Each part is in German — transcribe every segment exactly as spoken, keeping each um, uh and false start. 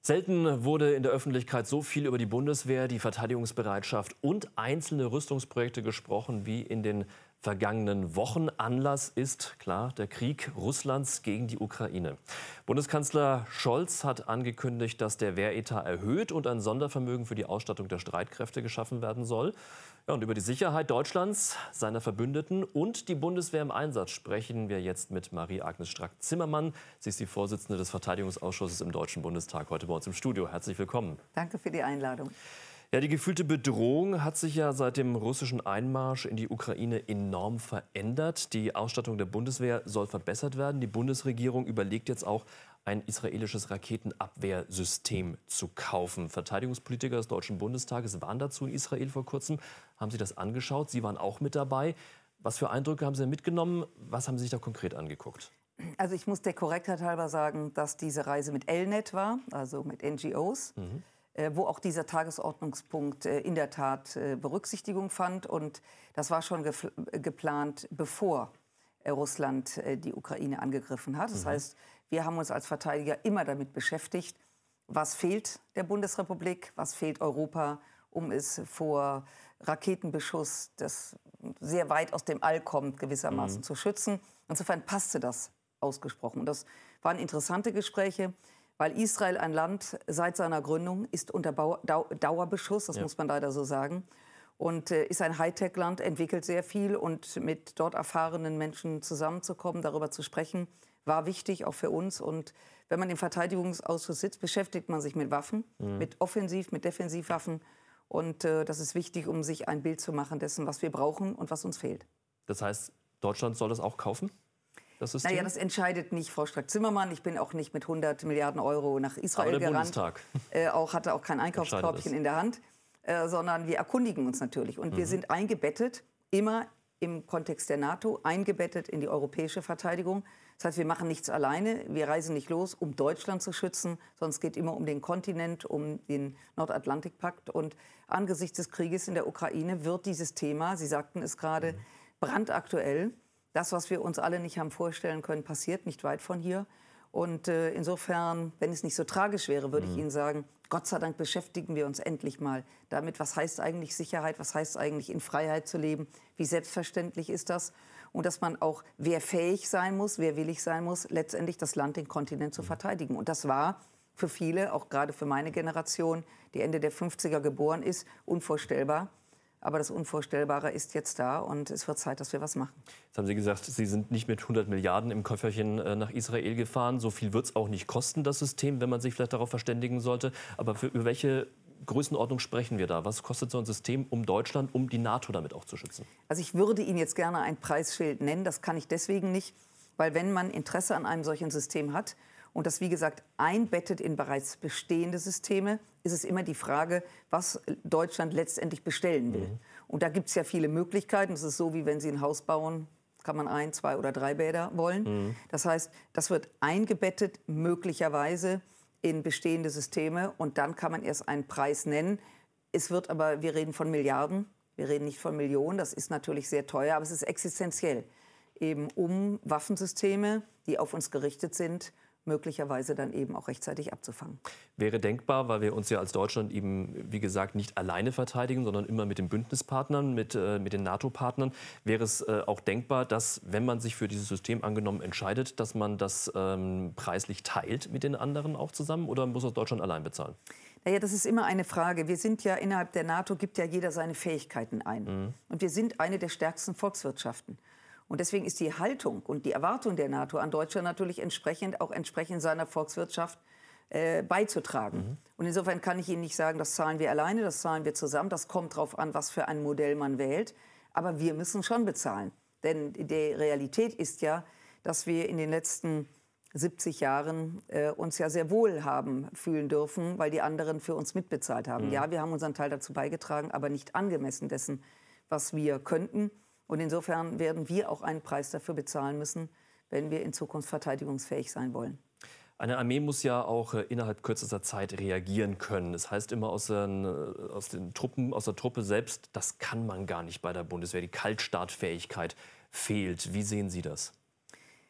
Selten wurde in der Öffentlichkeit so viel über die Bundeswehr, die Verteidigungsbereitschaft und einzelne Rüstungsprojekte gesprochen wie in den vergangenen Wochen. Anlass ist, klar, der Krieg Russlands gegen die Ukraine. Bundeskanzler Scholz hat angekündigt, dass der Wehretat erhöht und ein Sondervermögen für die Ausstattung der Streitkräfte geschaffen werden soll. Ja, und über die Sicherheit Deutschlands, seiner Verbündeten und die Bundeswehr im Einsatz sprechen wir jetzt mit Marie-Agnes Strack-Zimmermann. Sie ist die Vorsitzende des Verteidigungsausschusses im Deutschen Bundestag, heute bei uns im Studio. Herzlich willkommen. Danke für die Einladung. Ja, die gefühlte Bedrohung hat sich ja seit dem russischen Einmarsch in die Ukraine enorm verändert. Die Ausstattung der Bundeswehr soll verbessert werden. Die Bundesregierung überlegt jetzt auch, ein israelisches Raketenabwehrsystem zu kaufen. Verteidigungspolitiker des Deutschen Bundestages waren dazu in Israel vor kurzem. Haben Sie das angeschaut? Sie waren auch mit dabei. Was für Eindrücke haben Sie mitgenommen? Was haben Sie sich da konkret angeguckt? Also ich muss der Korrektheit halber sagen, dass diese Reise mit Elnet war, also mit N G Os. Mhm. Wo auch dieser Tagesordnungspunkt in der Tat Berücksichtigung fand. Und das war schon geplant, bevor Russland die Ukraine angegriffen hat. Das mhm. heißt, wir haben uns als Verteidiger immer damit beschäftigt, was fehlt der Bundesrepublik, was fehlt Europa, um es vor Raketenbeschuss, das sehr weit aus dem All kommt, gewissermaßen mhm. zu schützen. Insofern passte das ausgesprochen. Und das waren interessante Gespräche. Weil Israel ein Land seit seiner Gründung ist unter Dauerbeschuss, das ja. muss man leider so sagen. Und äh, ist ein Hightech-Land, entwickelt sehr viel. Und mit dort erfahrenen Menschen zusammenzukommen, darüber zu sprechen, war wichtig, auch für uns. Und wenn man im Verteidigungsausschuss sitzt, beschäftigt man sich mit Waffen, mhm. mit Offensiv-, mit Defensivwaffen. Und äh, das ist wichtig, um sich ein Bild zu machen dessen, was wir brauchen und was uns fehlt. Das heißt, Deutschland soll das auch kaufen? Das System? Naja, das entscheidet nicht Frau Strack-Zimmermann. Ich bin auch nicht mit hundert Milliarden Euro nach Israel Aber der gerannt. Bundestag Äh, auch, hatte auch kein Einkaufskorbchen in der Hand, äh, sondern wir erkundigen uns natürlich. Und mhm. wir sind eingebettet, immer im Kontext der NATO, eingebettet in die europäische Verteidigung. Das heißt, wir machen nichts alleine. Wir reisen nicht los, um Deutschland zu schützen, sondern es geht immer um den Kontinent, um den Nordatlantikpakt. Und angesichts des Krieges in der Ukraine wird dieses Thema, Sie sagten es gerade, mhm. brandaktuell. Das, was wir uns alle nicht haben vorstellen können, passiert nicht weit von hier. Und äh, insofern, wenn es nicht so tragisch wäre, würde mhm. ich Ihnen sagen, Gott sei Dank beschäftigen wir uns endlich mal damit, was heißt eigentlich Sicherheit, was heißt eigentlich in Freiheit zu leben, wie selbstverständlich ist das? Und dass man auch wehrfähig sein muss, wehrwillig sein muss, letztendlich das Land, den Kontinent zu verteidigen. Und das war für viele, auch gerade für meine Generation, die Ende der fünfziger geboren ist, unvorstellbar. Aber das Unvorstellbare ist jetzt da und es wird Zeit, dass wir was machen. Jetzt haben Sie gesagt, Sie sind nicht mit hundert Milliarden im Köfferchen nach Israel gefahren. So viel wird es auch nicht kosten, das System, wenn man sich vielleicht darauf verständigen sollte. Aber für, über welche Größenordnung sprechen wir da? Was kostet so ein System, um Deutschland, um die NATO damit auch zu schützen? Also ich würde Ihnen jetzt gerne ein Preisschild nennen. Das kann ich deswegen nicht, weil wenn man Interesse an einem solchen System hat, und das, wie gesagt, einbettet in bereits bestehende Systeme, ist es immer die Frage, was Deutschland letztendlich bestellen will. Mhm. Und da gibt es ja viele Möglichkeiten. Es ist so, wie wenn Sie ein Haus bauen, kann man ein, zwei oder drei Bäder wollen. Mhm. Das heißt, das wird eingebettet möglicherweise in bestehende Systeme und dann kann man erst einen Preis nennen. Es wird aber, wir reden von Milliarden, wir reden nicht von Millionen. Das ist natürlich sehr teuer, aber es ist existenziell, eben um Waffensysteme, die auf uns gerichtet sind, möglicherweise dann eben auch rechtzeitig abzufangen. Wäre denkbar, weil wir uns ja als Deutschland eben, wie gesagt, nicht alleine verteidigen, sondern immer mit den Bündnispartnern, mit, äh, mit den NATO-Partnern, wäre es äh, auch denkbar, dass, wenn man sich für dieses System angenommen entscheidet, dass man das ähm, preislich teilt mit den anderen auch zusammen, oder muss das Deutschland allein bezahlen? Naja, das ist immer eine Frage. Wir sind ja innerhalb der NATO, gibt ja jeder seine Fähigkeiten ein. Mhm. Und wir sind eine der stärksten Volkswirtschaften. Und deswegen ist die Haltung und die Erwartung der NATO an Deutschland natürlich entsprechend, auch entsprechend seiner Volkswirtschaft äh, beizutragen. Mhm. Und insofern kann ich Ihnen nicht sagen, das zahlen wir alleine, das zahlen wir zusammen. Das kommt darauf an, was für ein Modell man wählt. Aber wir müssen schon bezahlen. Denn die Realität ist ja, dass wir in den letzten siebzig Jahren äh, uns ja sehr wohl haben fühlen dürfen, weil die anderen für uns mitbezahlt haben. Mhm. Ja, wir haben unseren Teil dazu beigetragen, aber nicht angemessen dessen, was wir könnten. Und insofern werden wir auch einen Preis dafür bezahlen müssen, wenn wir in Zukunft verteidigungsfähig sein wollen. Eine Armee muss ja auch äh, innerhalb kürzester Zeit reagieren können. Das heißt immer aus, den, aus, den Truppen, aus der Truppe selbst, das kann man gar nicht bei der Bundeswehr. Die Kaltstartfähigkeit fehlt. Wie sehen Sie das?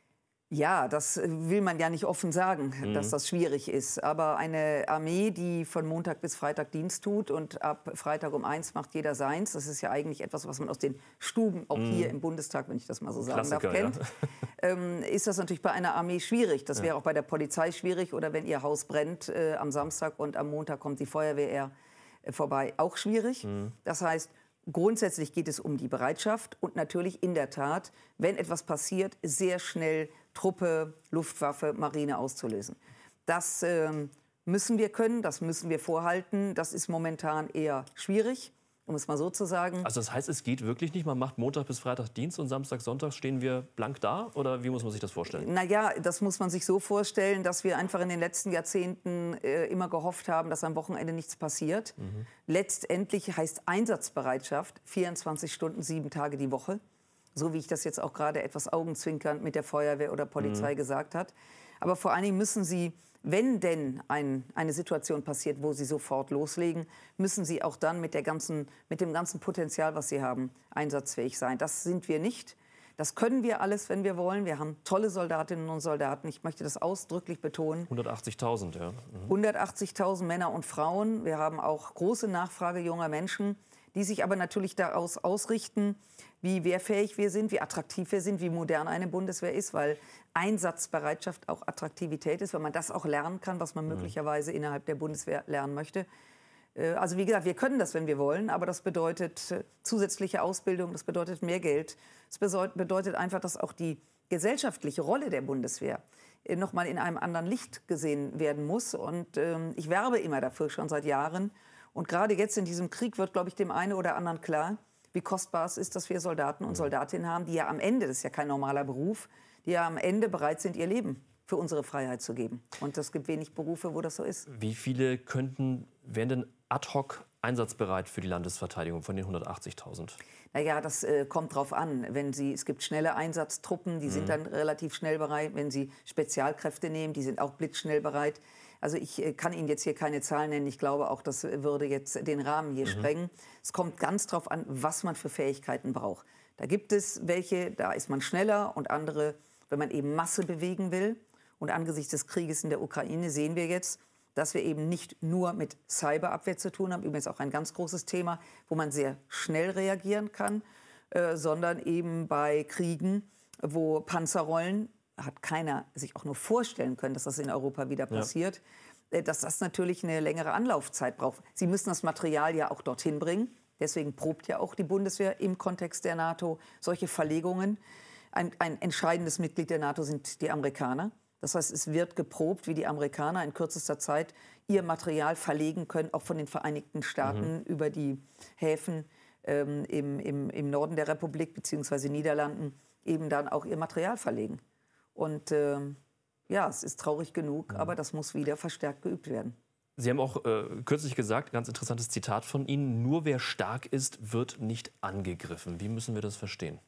Ja, das will man ja nicht offen sagen, mhm. dass das schwierig ist. Aber eine Armee, die von Montag bis Freitag Dienst tut und ab Freitag um eins macht jeder seins, das ist ja eigentlich etwas, was man aus den Stuben, auch mhm. hier im Bundestag, wenn ich das mal so sagen Klassiker, darf, kennt, ja. ähm, ist das natürlich bei einer Armee schwierig. Das ja. wäre auch bei der Polizei schwierig oder wenn ihr Haus brennt äh, am Samstag und am Montag kommt die Feuerwehr eher äh, vorbei, auch schwierig. Mhm. Das heißt, grundsätzlich geht es um die Bereitschaft und natürlich in der Tat, wenn etwas passiert, sehr schnell Truppe, Luftwaffe, Marine auszulösen. Das äh, müssen wir können, das müssen wir vorhalten. Das ist momentan eher schwierig, um es mal so zu sagen. Also das heißt, es geht wirklich nicht? Man macht Montag bis Freitag Dienst und Samstag, Sonntag stehen wir blank da? Oder wie muss man sich das vorstellen? Na ja, das muss man sich so vorstellen, dass wir einfach in den letzten Jahrzehnten äh, immer gehofft haben, dass am Wochenende nichts passiert. Mhm. Letztendlich heißt Einsatzbereitschaft vierundzwanzig Stunden, sieben Tage die Woche. So wie ich das jetzt auch gerade etwas augenzwinkernd mit der Feuerwehr oder Polizei mhm. gesagt hat. Aber vor allen Dingen müssen Sie, wenn denn ein, eine Situation passiert, wo Sie sofort loslegen, müssen Sie auch dann mit, der ganzen, mit dem ganzen Potenzial, was Sie haben, einsatzfähig sein. Das sind wir nicht. Das können wir alles, wenn wir wollen. Wir haben tolle Soldatinnen und Soldaten. Ich möchte das ausdrücklich betonen. hundertachtzigtausend, ja. Mhm. hundertachtzigtausend Männer und Frauen. Wir haben auch große Nachfrage junger Menschen, die sich aber natürlich daraus ausrichten, wie wehrfähig wir sind, wie attraktiv wir sind, wie modern eine Bundeswehr ist, weil Einsatzbereitschaft auch Attraktivität ist, wenn man das auch lernen kann, was man mhm. möglicherweise innerhalb der Bundeswehr lernen möchte. Also wie gesagt, wir können das, wenn wir wollen, aber das bedeutet zusätzliche Ausbildung, das bedeutet mehr Geld. Das bedeutet einfach, dass auch die gesellschaftliche Rolle der Bundeswehr noch mal in einem anderen Licht gesehen werden muss. Und ähm, ich werbe immer dafür, schon seit Jahren. Und gerade jetzt in diesem Krieg wird, glaube ich, dem einen oder anderen klar, wie kostbar es ist, dass wir Soldaten und Soldatinnen haben, die ja am Ende, das ist ja kein normaler Beruf, die ja am Ende bereit sind, ihr Leben für unsere Freiheit zu geben. Und es gibt wenig Berufe, wo das so ist. Wie viele könnten, wären denn ad hoc einsatzbereit für die Landesverteidigung von den hundertachtzigtausend? Naja, das äh, kommt drauf an. Wenn Sie, es gibt schnelle Einsatztruppen, die mhm. sind dann relativ schnell bereit. Wenn Sie Spezialkräfte nehmen, die sind auch blitzschnell bereit. Also ich äh, kann Ihnen jetzt hier keine Zahlen nennen. Ich glaube auch, das würde jetzt den Rahmen hier mhm. sprengen. Es kommt ganz drauf an, was man für Fähigkeiten braucht. Da gibt es welche, da ist man schneller und andere, wenn man eben Masse bewegen will. Und angesichts des Krieges in der Ukraine sehen wir jetzt, dass wir eben nicht nur mit Cyberabwehr zu tun haben, übrigens auch ein ganz großes Thema, wo man sehr schnell reagieren kann, äh, sondern eben bei Kriegen, wo Panzer rollen, hat keiner sich auch nur vorstellen können, dass das in Europa wieder passiert, ja. äh, dass das natürlich eine längere Anlaufzeit braucht. Sie müssen das Material ja auch dorthin bringen. Deswegen probt ja auch die Bundeswehr im Kontext der NATO solche Verlegungen. Ein, ein entscheidendes Mitglied der NATO sind die Amerikaner. Das heißt, es wird geprobt, wie die Amerikaner in kürzester Zeit ihr Material verlegen können, auch von den Vereinigten Staaten mhm. über die Häfen ähm, im, im, im Norden der Republik bzw. Niederlanden eben dann auch ihr Material verlegen. Und ähm, ja, es ist traurig genug, mhm. aber das muss wieder verstärkt geübt werden. Sie haben auch äh, kürzlich gesagt, ganz interessantes Zitat von Ihnen, nur wer stark ist, wird nicht angegriffen. Wie müssen wir das verstehen?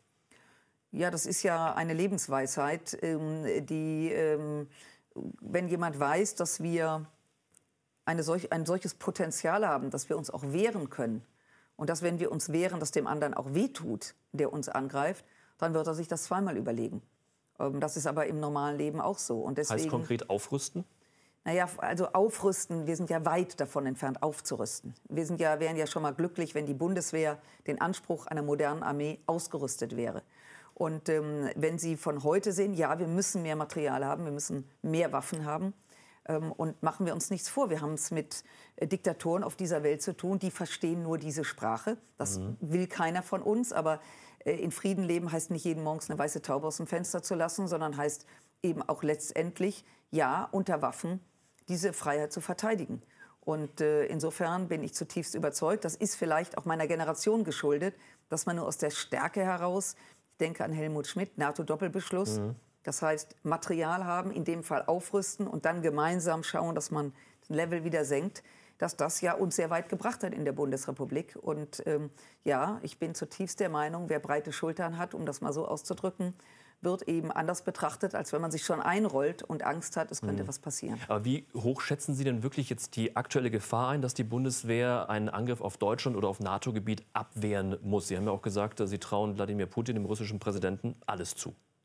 Ja, das ist ja eine Lebensweisheit, die, wenn jemand weiß, dass wir eine solch, ein solches Potenzial haben, dass wir uns auch wehren können und dass, wenn wir uns wehren, dass dem anderen auch wehtut, der uns angreift, dann wird er sich das zweimal überlegen. Das ist aber im normalen Leben auch so. Und deswegen, heißt konkret aufrüsten? Naja, also aufrüsten, wir sind ja weit davon entfernt, aufzurüsten. Wir sind ja, wären ja schon mal glücklich, wenn die Bundeswehr den Anspruch einer modernen Armee ausgerüstet wäre. Und ähm, wenn Sie von heute sehen, ja, wir müssen mehr Material haben, wir müssen mehr Waffen haben. Ähm, und machen wir uns nichts vor, wir haben es mit äh, Diktatoren auf dieser Welt zu tun, die verstehen nur diese Sprache. Das mhm. will keiner von uns, aber äh, in Frieden leben heißt nicht jeden Morgens eine weiße Taube aus dem Fenster zu lassen, sondern heißt eben auch letztendlich, ja, unter Waffen diese Freiheit zu verteidigen. Und äh, insofern bin ich zutiefst überzeugt, das ist vielleicht auch meiner Generation geschuldet, dass man nur aus der Stärke heraus, ich denke an Helmut Schmidt, NATO-Doppelbeschluss, mhm. das heißt Material haben, in dem Fall aufrüsten und dann gemeinsam schauen, dass man das Level wieder senkt, dass das ja uns sehr weit gebracht hat in der Bundesrepublik. Und ähm, ja, ich bin zutiefst der Meinung, wer breite Schultern hat, um das mal so auszudrücken, wird eben anders betrachtet, als wenn man sich schon einrollt und Angst hat, es könnte mhm. was passieren. Aber wie hoch schätzen Sie denn wirklich jetzt die aktuelle Gefahr ein, dass die Bundeswehr einen Angriff auf Deutschland oder auf NATO-Gebiet abwehren muss? Sie haben ja auch gesagt, Sie trauen Wladimir Putin, dem russischen Präsidenten, alles zu.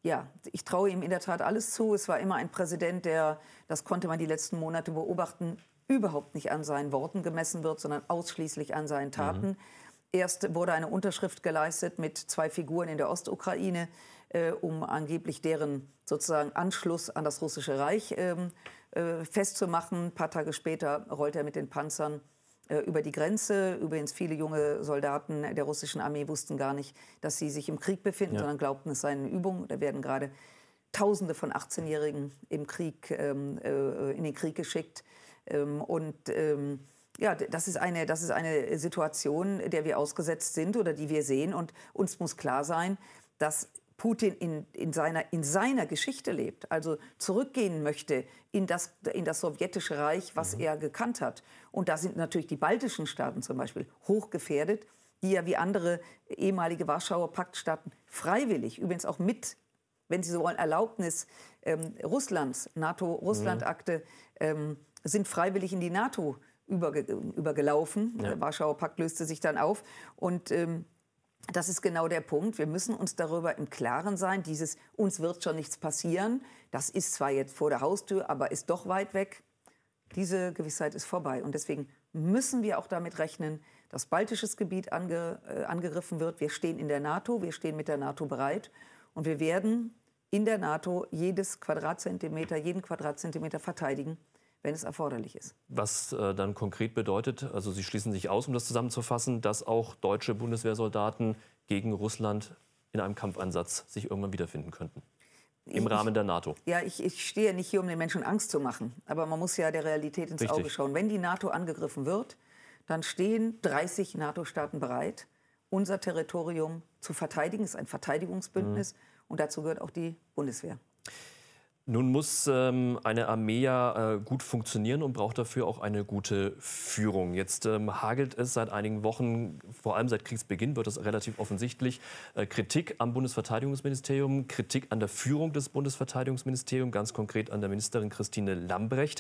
Ja, ich traue ihm in der Tat alles zu. Es war immer ein Präsident, der, das konnte man die letzten Monate beobachten, überhaupt nicht an seinen Worten gemessen wird, sondern ausschließlich an seinen Taten. Mhm. Erst wurde eine Unterschrift geleistet mit zwei Figuren in der Ostukraine, äh, um angeblich deren sozusagen Anschluss an das Russische Reich ähm, äh, festzumachen. Ein paar Tage später rollte er mit den Panzern äh, über die Grenze. Übrigens viele junge Soldaten der russischen Armee wussten gar nicht, dass sie sich im Krieg befinden, ja. sondern glaubten, es sei eine Übung. Da werden gerade Tausende von achtzehnjährigen im Krieg, ähm, äh, in den Krieg geschickt. Ähm, und ähm, ja, das ist, eine, das ist eine Situation, der wir ausgesetzt sind oder die wir sehen. Und uns muss klar sein, dass Putin in, in, seiner, in seiner Geschichte lebt, also zurückgehen möchte in das, in das sowjetische Reich, was mhm. er gekannt hat. Und da sind natürlich die baltischen Staaten zum Beispiel hochgefährdet, die ja wie andere ehemalige Warschauer Paktstaaten freiwillig, übrigens auch mit, wenn Sie so wollen, Erlaubnis ähm, Russlands, NATO-Russland-Akte, ähm, sind freiwillig in die NATO überge übergelaufen. Ja. Der Warschauer Pakt löste sich dann auf. Und ähm, das ist genau der Punkt. Wir müssen uns darüber im Klaren sein, dieses uns wird schon nichts passieren. Das ist zwar jetzt vor der Haustür, aber ist doch weit weg. Diese Gewissheit ist vorbei. Und deswegen müssen wir auch damit rechnen, dass baltisches Gebiet ange, äh, angegriffen wird. Wir stehen in der NATO, wir stehen mit der NATO bereit. Und wir werden in der NATO jedes Quadratzentimeter, jeden Quadratzentimeter verteidigen, wenn es erforderlich ist. Was äh, dann konkret bedeutet, also Sie schließen sich aus, um das zusammenzufassen, dass auch deutsche Bundeswehrsoldaten gegen Russland in einem Kampfansatz sich irgendwann wiederfinden könnten? Im ich, Rahmen der NATO? Ja, ich, ich stehe nicht hier, um den Menschen Angst zu machen. Aber man muss ja der Realität ins Richtig. Auge schauen. Wenn die NATO angegriffen wird, dann stehen dreißig NATO-Staaten bereit, unser Territorium zu verteidigen. Es ist ein Verteidigungsbündnis. Mhm. Und dazu gehört auch die Bundeswehr. Nun muss ähm, eine Armee ja äh, gut funktionieren und braucht dafür auch eine gute Führung. Jetzt ähm, hagelt es seit einigen Wochen, vor allem seit Kriegsbeginn wird es relativ offensichtlich, äh, Kritik am Bundesverteidigungsministerium, Kritik an der Führung des Bundesverteidigungsministeriums, ganz konkret an der Ministerin Christine Lambrecht.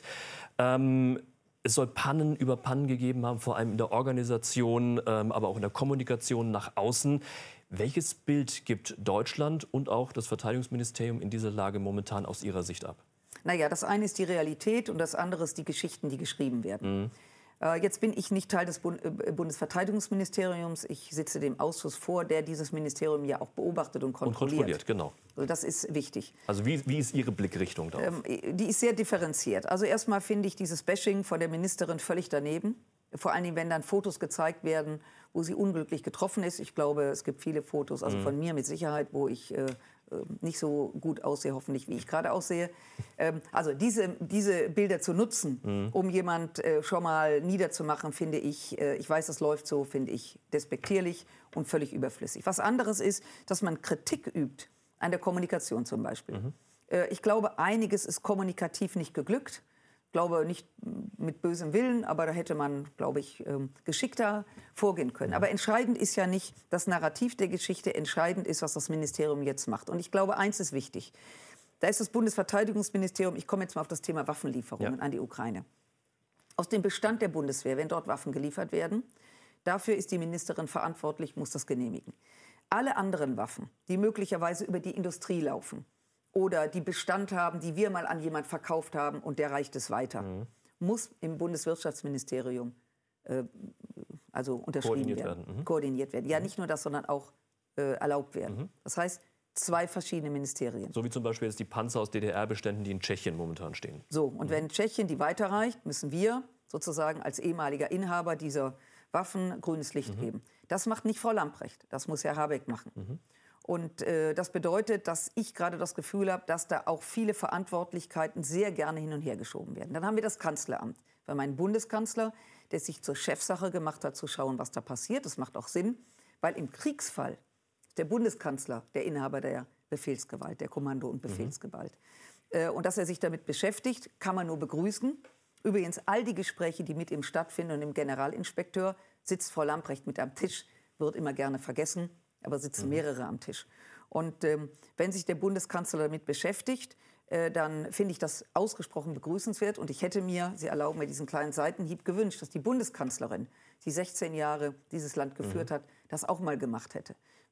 Ähm, Es soll Pannen über Pannen gegeben haben, vor allem in der Organisation, ähm, aber auch in der Kommunikation nach außen. Welches Bild gibt Deutschland und auch das Verteidigungsministerium in dieser Lage momentan aus Ihrer Sicht ab? Naja, das eine ist die Realität und das andere ist die Geschichten, die geschrieben werden. Mhm. Äh, jetzt bin ich nicht Teil des Bund äh, Bundesverteidigungsministeriums. Ich sitze dem Ausschuss vor, der dieses Ministerium ja auch beobachtet und kontrolliert. Und kontrolliert, genau. Also das ist wichtig. Also wie, wie ist Ihre Blickrichtung darauf? Ähm, die ist sehr differenziert. Also erstmal finde ich dieses Bashing von der Ministerin völlig daneben. Vor allen Dingen, wenn dann Fotos gezeigt werden, wo sie unglücklich getroffen ist. Ich glaube, es gibt viele Fotos, also mhm. von mir mit Sicherheit, wo ich äh, nicht so gut aussehe, hoffentlich, wie ich gerade aussehe. Ähm, also diese, diese Bilder zu nutzen, mhm. um jemand äh, schon mal niederzumachen, finde ich, äh, ich weiß, das läuft so, finde ich despektierlich und völlig überflüssig. Was anderes ist, dass man Kritik übt, an der Kommunikation zum Beispiel. Mhm. Äh, ich glaube, einiges ist kommunikativ nicht geglückt. Ich glaube, nicht mit bösem Willen, aber da hätte man, glaube ich, geschickter vorgehen können. Aber entscheidend ist ja nicht das Narrativ der Geschichte, entscheidend ist, was das Ministerium jetzt macht. Und ich glaube, eins ist wichtig. Da ist das Bundesverteidigungsministerium, ich komme jetzt mal auf das Thema Waffenlieferungen ja. an die Ukraine. Aus dem Bestand der Bundeswehr, wenn dort Waffen geliefert werden, dafür ist die Ministerin verantwortlich, muss das genehmigen. Alle anderen Waffen, die möglicherweise über die Industrie laufen, oder die Bestand haben, die wir mal an jemand verkauft haben und der reicht es weiter, mhm. muss im Bundeswirtschaftsministerium äh, also unterschrieben koordiniert werden. werden. Mhm. Koordiniert werden. Ja, nicht nur das, sondern auch äh, erlaubt werden. Mhm. Das heißt, zwei verschiedene Ministerien. So wie zum Beispiel jetzt die Panzer aus D D R-Beständen, die in Tschechien momentan stehen. So, und mhm. wenn Tschechien die weiterreicht, müssen wir sozusagen als ehemaliger Inhaber dieser Waffen grünes Licht mhm. geben. Das macht nicht Frau Lambrecht, das muss Herr Habeck machen. Mhm. Und äh, das bedeutet, dass ich gerade das Gefühl habe, dass da auch viele Verantwortlichkeiten sehr gerne hin und her geschoben werden. Dann haben wir das Kanzleramt. Wir haben einen Bundeskanzler, der sich zur Chefsache gemacht hat, zu schauen, was da passiert. Das macht auch Sinn, weil im Kriegsfall ist der Bundeskanzler der Inhaber der Befehlsgewalt, der Kommando- und Befehlsgewalt. Mhm. Äh, und dass er sich damit beschäftigt, kann man nur begrüßen. Übrigens, all die Gespräche, die mit ihm stattfinden und dem Generalinspekteur, sitzt Frau Lambrecht mit am Tisch, wird immer gerne vergessen. Aber sitzen mehrere am Tisch. Und ähm, wenn sich der Bundeskanzler damit beschäftigt, äh, dann finde ich das ausgesprochen begrüßenswert. Und ich hätte mir, Sie erlauben mir diesen kleinen Seitenhieb, gewünscht, dass die Bundeskanzlerin, die sechzehn Jahre dieses Land geführt mhm. hat, das auch mal gemacht hätte.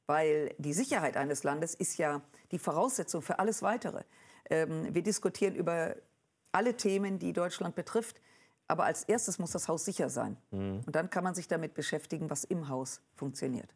weil die Sicherheit eines Landes ist ja die Voraussetzung für alles Weitere. Ähm, wir diskutieren über alle Themen, die Deutschland betrifft, aber als erstes muss das Haus sicher sein. Mhm. Und dann kann man sich damit beschäftigen, was im Haus funktioniert.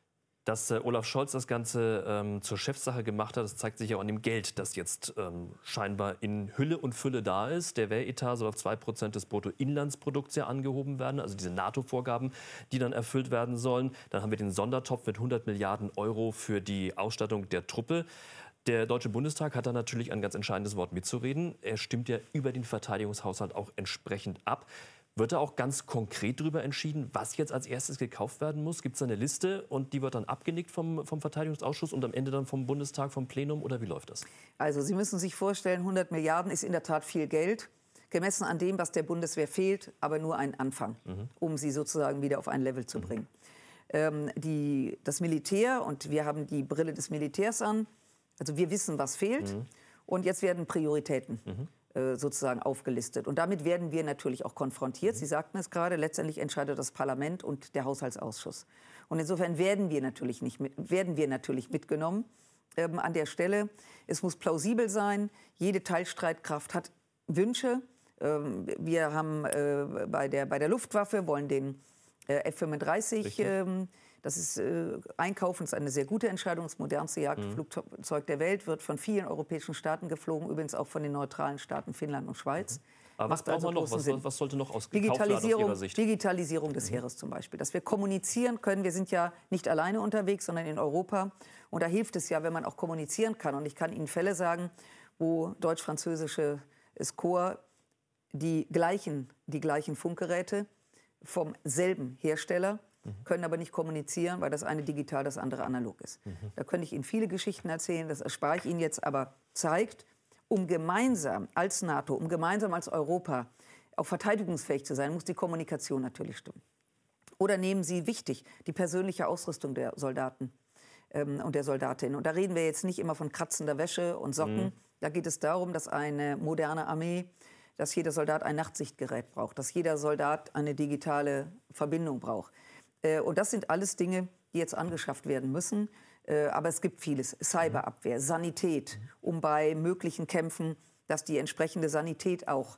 Dass äh, Olaf Scholz das Ganze ähm, zur Chefsache gemacht hat, das zeigt sich ja auch an dem Geld, das jetzt ähm, scheinbar in Hülle und Fülle da ist. Der Wehretat soll auf zwei Prozent des Bruttoinlandsprodukts ja angehoben werden, also diese NATO-Vorgaben, die dann erfüllt werden sollen. Dann haben wir den Sondertopf mit hundert Milliarden Euro für die Ausstattung der Truppe. Der Deutsche Bundestag hat da natürlich ein ganz entscheidendes Wort mitzureden. Er stimmt ja über den Verteidigungshaushalt auch entsprechend ab. Wird da auch ganz konkret darüber entschieden, was jetzt als erstes gekauft werden muss? Gibt es da eine Liste und die wird dann abgenickt vom, vom Verteidigungsausschuss und am Ende dann vom Bundestag, vom Plenum? Oder wie läuft das? Also Sie müssen sich vorstellen, hundert Milliarden ist in der Tat viel Geld, gemessen an dem, was der Bundeswehr fehlt, aber nur ein Anfang, mhm. um sie sozusagen wieder auf ein Level zu bringen. Mhm. Ähm, die, das Militär, und wir haben die Brille des Militärs an, also wir wissen, was fehlt, mhm. und jetzt werden Prioritäten mhm. sozusagen aufgelistet. Und damit werden wir natürlich auch konfrontiert. Sie sagten es gerade, letztendlich entscheidet das Parlament und der Haushaltsausschuss. Und insofern werden wir natürlich, nicht mit, werden wir natürlich mitgenommen ähm, an der Stelle. Es muss plausibel sein. Jede Teilstreitkraft hat Wünsche. Ähm, wir haben äh, bei, der, bei der Luftwaffe, wollen den äh, F fünfunddreißig ähm, Das ist äh, Einkaufen, ist eine sehr gute Entscheidung. Das modernste Jagdflugzeug der Welt wird von vielen europäischen Staaten geflogen, übrigens auch von den neutralen Staaten Finnland und Schweiz. Mhm. Aber was braucht man noch? Was, was sollte noch ausgekauft werden aus Ihrer Sicht? Digitalisierung des mhm. Heeres zum Beispiel. Dass wir kommunizieren können. Wir sind ja nicht alleine unterwegs, sondern in Europa. Und da hilft es ja, wenn man auch kommunizieren kann. Und ich kann Ihnen Fälle sagen, wo deutsch-französische Korps die gleichen, die gleichen Funkgeräte vom selben Hersteller können aber nicht kommunizieren, weil das eine digital, das andere analog ist. Mhm. Da könnte ich Ihnen viele Geschichten erzählen, das erspare ich Ihnen jetzt, aber zeigt, um gemeinsam als NATO, um gemeinsam als Europa auch verteidigungsfähig zu sein, muss die Kommunikation natürlich stimmen. Oder nehmen Sie wichtig die persönliche Ausrüstung der Soldaten ähm, und der Soldatinnen. Und da reden wir jetzt nicht immer von kratzender Wäsche und Socken. Mhm. Da geht es darum, dass eine moderne Armee, dass jeder Soldat ein Nachtsichtgerät braucht, dass jeder Soldat eine digitale Verbindung braucht. Und das sind alles Dinge, die jetzt angeschafft werden müssen. Aber es gibt vieles. Cyberabwehr, Sanität, um bei möglichen Kämpfen, dass die entsprechende Sanität auch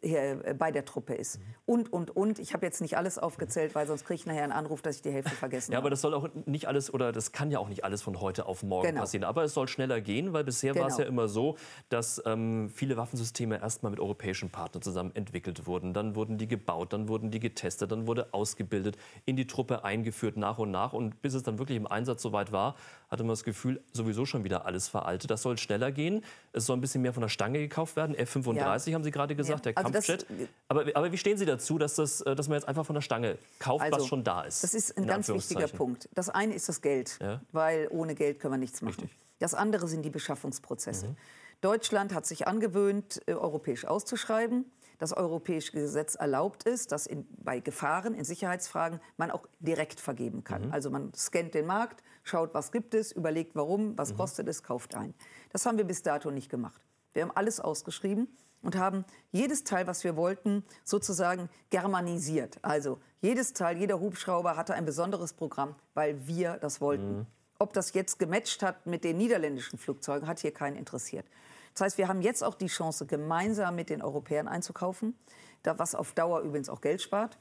bei der Truppe ist. Und, und, und. Ich habe jetzt nicht alles aufgezählt, weil sonst kriege ich nachher einen Anruf, dass ich die Hälfte vergessen habe. Ja, aber das soll auch nicht alles, oder das kann ja auch nicht alles von heute auf morgen genau. passieren. Aber es soll schneller gehen, weil bisher genau. war es ja immer so, dass ähm, viele Waffensysteme erstmal mit europäischen Partnern zusammen entwickelt wurden. Dann wurden die gebaut, dann wurden die getestet, dann wurde ausgebildet, in die Truppe eingeführt nach und nach. Und bis es dann wirklich im Einsatz soweit war, hatte man das Gefühl, sowieso schon wieder alles veraltet. Das soll schneller gehen. Es soll ein bisschen mehr von der Stange gekauft werden. F fünfunddreißig ja. haben Sie gerade gesagt, ja. der also Kampfjet. Aber, aber wie stehen Sie dazu, dass, das, dass man jetzt einfach von der Stange kauft, also, was schon da ist? Das ist ein ganz wichtiger Punkt. Das eine ist das Geld, ja. weil ohne Geld können wir nichts machen. Richtig. Das andere sind die Beschaffungsprozesse. Mhm. Deutschland hat sich angewöhnt, europäisch auszuschreiben. Das europäische Gesetz erlaubt es, dass in, bei Gefahren, in Sicherheitsfragen, man auch direkt vergeben kann. Mhm. Also man scannt den Markt, schaut, was gibt es, überlegt, warum, was mhm. kostet es, kauft ein. Das haben wir bis dato nicht gemacht. Wir haben alles ausgeschrieben und haben jedes Teil, was wir wollten, sozusagen germanisiert. Also jedes Teil, jeder Hubschrauber hatte ein besonderes Programm, weil wir das wollten. Mhm. Ob das jetzt gematcht hat mit den niederländischen Flugzeugen, hat hier keinen interessiert. Das heißt, wir haben jetzt auch die Chance, gemeinsam mit den Europäern einzukaufen, was auf Dauer übrigens auch Geld spart.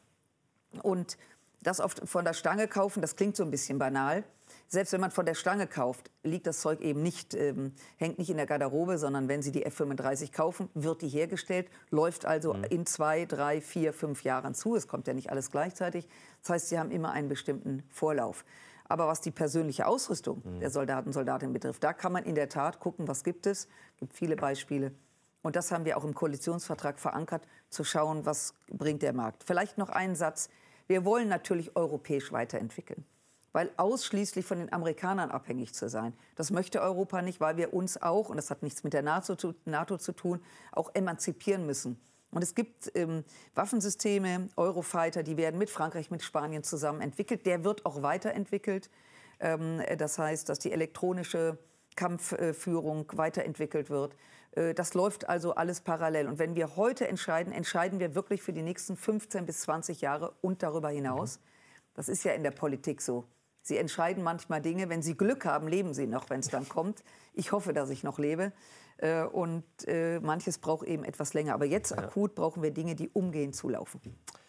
Und das oft von der Stange kaufen, das klingt so ein bisschen banal. Selbst wenn man von der Stange kauft, liegt das Zeug eben nicht, ähm, hängt nicht in der Garderobe, sondern wenn Sie die F fünfunddreißig kaufen, wird die hergestellt, läuft also mhm. in zwei, drei, vier, fünf Jahren zu. Es kommt ja nicht alles gleichzeitig. Das heißt, Sie haben immer einen bestimmten Vorlauf. Aber was die persönliche Ausrüstung mhm. der Soldaten und Soldatinnen betrifft, da kann man in der Tat gucken, was gibt es. Es gibt viele Beispiele. Und das haben wir auch im Koalitionsvertrag verankert, zu schauen, was bringt der Markt. Vielleicht noch einen Satz. Wir wollen natürlich europäisch weiterentwickeln. Weil ausschließlich von den Amerikanern abhängig zu sein, das möchte Europa nicht, weil wir uns auch, und das hat nichts mit der NATO zu, NATO zu tun, auch emanzipieren müssen. Und es gibt ähm, Waffensysteme, Eurofighter, die werden mit Frankreich, mit Spanien zusammen entwickelt. Der wird auch weiterentwickelt. Ähm, das heißt, dass die elektronische Kampfführung weiterentwickelt wird. Äh, das läuft also alles parallel. Und wenn wir heute entscheiden, entscheiden wir wirklich für die nächsten fünfzehn bis zwanzig Jahre und darüber hinaus. Mhm. Das ist ja in der Politik so. Sie entscheiden manchmal Dinge. Wenn Sie Glück haben, leben Sie noch, wenn es dann kommt. Ich hoffe, dass ich noch lebe. Äh, und äh, manches braucht eben etwas länger. Aber jetzt ja. akut brauchen wir Dinge, die umgehend zulaufen.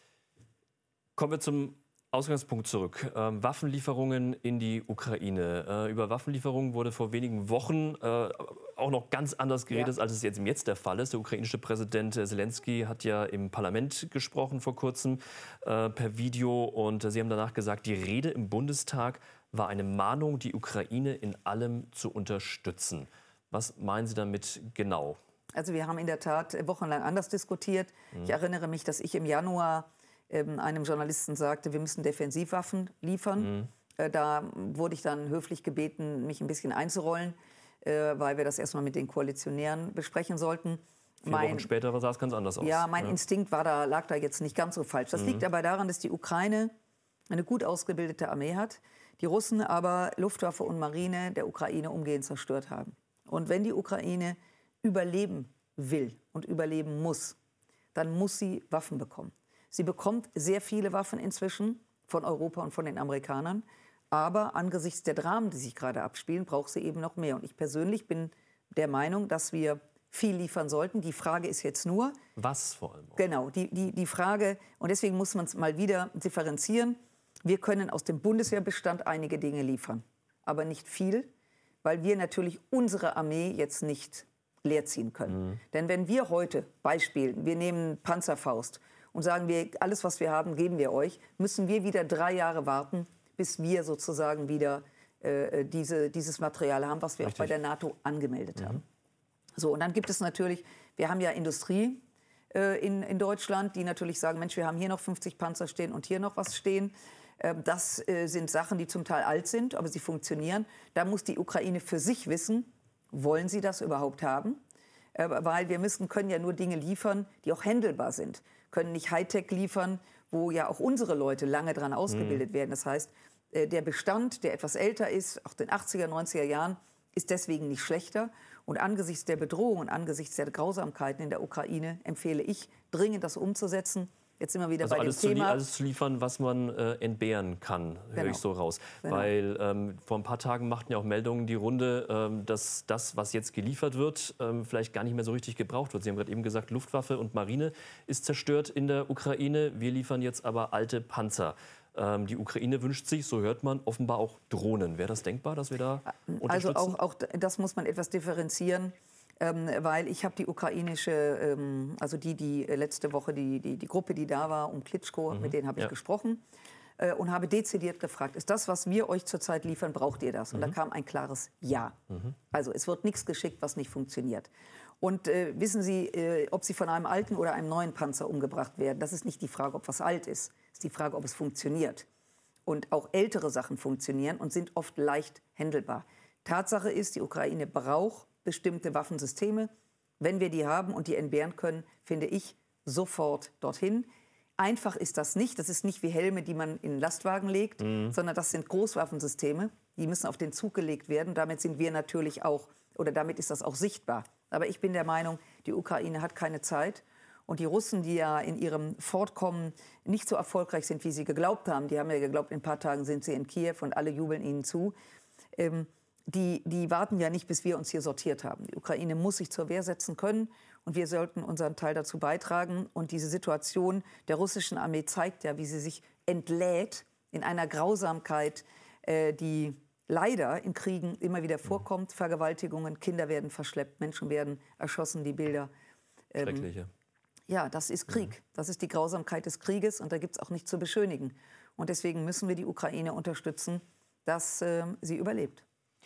Kommen wir zum Ausgangspunkt zurück. Ähm, Waffenlieferungen in die Ukraine. Äh, über Waffenlieferungen wurde vor wenigen Wochen äh, auch noch ganz anders geredet, ja. als es jetzt im Jetzt der Fall ist. Der ukrainische Präsident Selenskyj hat ja im Parlament gesprochen vor kurzem äh, per Video. Und äh, Sie haben danach gesagt, die Rede im Bundestag war eine Mahnung, die Ukraine in allem zu unterstützen. Was meinen Sie damit genau? Also wir haben in der Tat wochenlang anders diskutiert. Mhm. Ich erinnere mich, dass ich im Januar einem Journalisten sagte, wir müssen Defensivwaffen liefern. Mhm. Da wurde ich dann höflich gebeten, mich ein bisschen einzurollen, weil wir das erstmal mit den Koalitionären besprechen sollten. Vier mein, Wochen später sah es ganz anders aus. Ja, mein ja. Instinkt war da, lag da jetzt nicht ganz so falsch. Das mhm. liegt aber daran, dass die Ukraine eine gut ausgebildete Armee hat, die Russen aber Luftwaffe und Marine der Ukraine umgehend zerstört haben. Und wenn die Ukraine überleben will und überleben muss, dann muss sie Waffen bekommen. Sie bekommt sehr viele Waffen inzwischen von Europa und von den Amerikanern. Aber angesichts der Dramen, die sich gerade abspielen, braucht sie eben noch mehr. Und ich persönlich bin der Meinung, dass wir viel liefern sollten. Die Frage ist jetzt nur... Was vor allem? Auch. Genau, die, die, die Frage, und deswegen muss man es mal wieder differenzieren. Wir können aus dem Bundeswehrbestand einige Dinge liefern, aber nicht viel, weil wir natürlich unsere Armee jetzt nicht leerziehen können. Mhm. Denn wenn wir heute, Beispiel, wir nehmen Panzerfaust, und sagen wir, alles, was wir haben, geben wir euch, müssen wir wieder drei Jahre warten, bis wir sozusagen wieder äh, diese, dieses Material haben, was wir Richtig. Auch bei der NATO angemeldet mhm. haben. So, und dann gibt es natürlich, wir haben ja Industrie äh, in, in Deutschland, die natürlich sagen, Mensch, wir haben hier noch fünfzig Panzer stehen und hier noch was stehen. Äh, das äh, sind Sachen, die zum Teil alt sind, aber sie funktionieren. Da muss die Ukraine für sich wissen, wollen sie das überhaupt haben? Äh, weil wir müssen, können ja nur Dinge liefern, die auch handelbar sind. Können nicht Hightech liefern, wo ja auch unsere Leute lange dran ausgebildet mhm. werden. Das heißt, der Bestand, der etwas älter ist, auch den achtziger, neunziger Jahren, ist deswegen nicht schlechter. Und angesichts der Bedrohung und angesichts der Grausamkeiten in der Ukraine empfehle ich, dringend das umzusetzen. Jetzt immer wieder also bei alles dem Thema. Zu, alles zu liefern, was man äh, entbehren kann, höre genau. ich so raus. Genau. Weil ähm, vor ein paar Tagen machten ja auch Meldungen die Runde, ähm, dass das, was jetzt geliefert wird, ähm, vielleicht gar nicht mehr so richtig gebraucht wird. Sie haben gerade eben gesagt, Luftwaffe und Marine ist zerstört in der Ukraine. Wir liefern jetzt aber alte Panzer. Ähm, die Ukraine wünscht sich, so hört man, offenbar auch Drohnen. Wäre das denkbar, dass wir da unterstützen? Also auch, auch das muss man etwas differenzieren. Ähm, weil ich habe die ukrainische, ähm, also die, die letzte Woche, die, die, die Gruppe, die da war, um Klitschko, mhm. mit denen habe ich ja. gesprochen äh, und habe dezidiert gefragt, ist das, was wir euch zurzeit liefern, braucht ihr das? Und mhm. da kam ein klares Ja. Mhm. Also es wird nichts geschickt, was nicht funktioniert. Und äh, wissen Sie, äh, ob Sie von einem alten oder einem neuen Panzer umgebracht werden, das ist nicht die Frage, ob was alt ist, es ist die Frage, ob es funktioniert. Und auch ältere Sachen funktionieren und sind oft leicht handelbar. Tatsache ist, die Ukraine braucht bestimmte Waffensysteme. Wenn wir die haben und die entbehren können, finde ich, sofort dorthin. Einfach ist das nicht. Das ist nicht wie Helme, die man in Lastwagen legt, mhm. sondern das sind Großwaffensysteme. Die müssen auf den Zug gelegt werden. Damit sind wir natürlich auch, oder damit ist das auch sichtbar. Aber ich bin der Meinung, die Ukraine hat keine Zeit. Und die Russen, die ja in ihrem Fortkommen nicht so erfolgreich sind, wie sie geglaubt haben, die haben ja geglaubt, in ein paar Tagen sind sie in Kiew und alle jubeln ihnen zu, ähm, Die, die warten ja nicht, bis wir uns hier sortiert haben. Die Ukraine muss sich zur Wehr setzen können und wir sollten unseren Teil dazu beitragen. Und diese Situation der russischen Armee zeigt ja, wie sie sich entlädt in einer Grausamkeit, äh, die leider in Kriegen immer wieder vorkommt. Vergewaltigungen, Kinder werden verschleppt, Menschen werden erschossen, die Bilder. Ähm, Schreckliche. Ja, das ist Krieg. Das ist die Grausamkeit des Krieges und da gibt es auch nichts zu beschönigen. Und deswegen müssen wir die Ukraine unterstützen, dass äh, sie überlebt.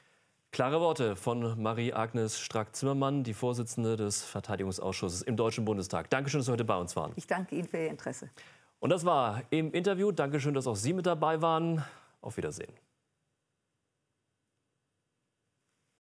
Klare Worte von Marie-Agnes Strack-Zimmermann, die Vorsitzende des Verteidigungsausschusses im Deutschen Bundestag. Dankeschön, dass Sie heute bei uns waren. Ich danke Ihnen für Ihr Interesse. Und das war im Interview. Dankeschön, dass auch Sie mit dabei waren. Auf Wiedersehen.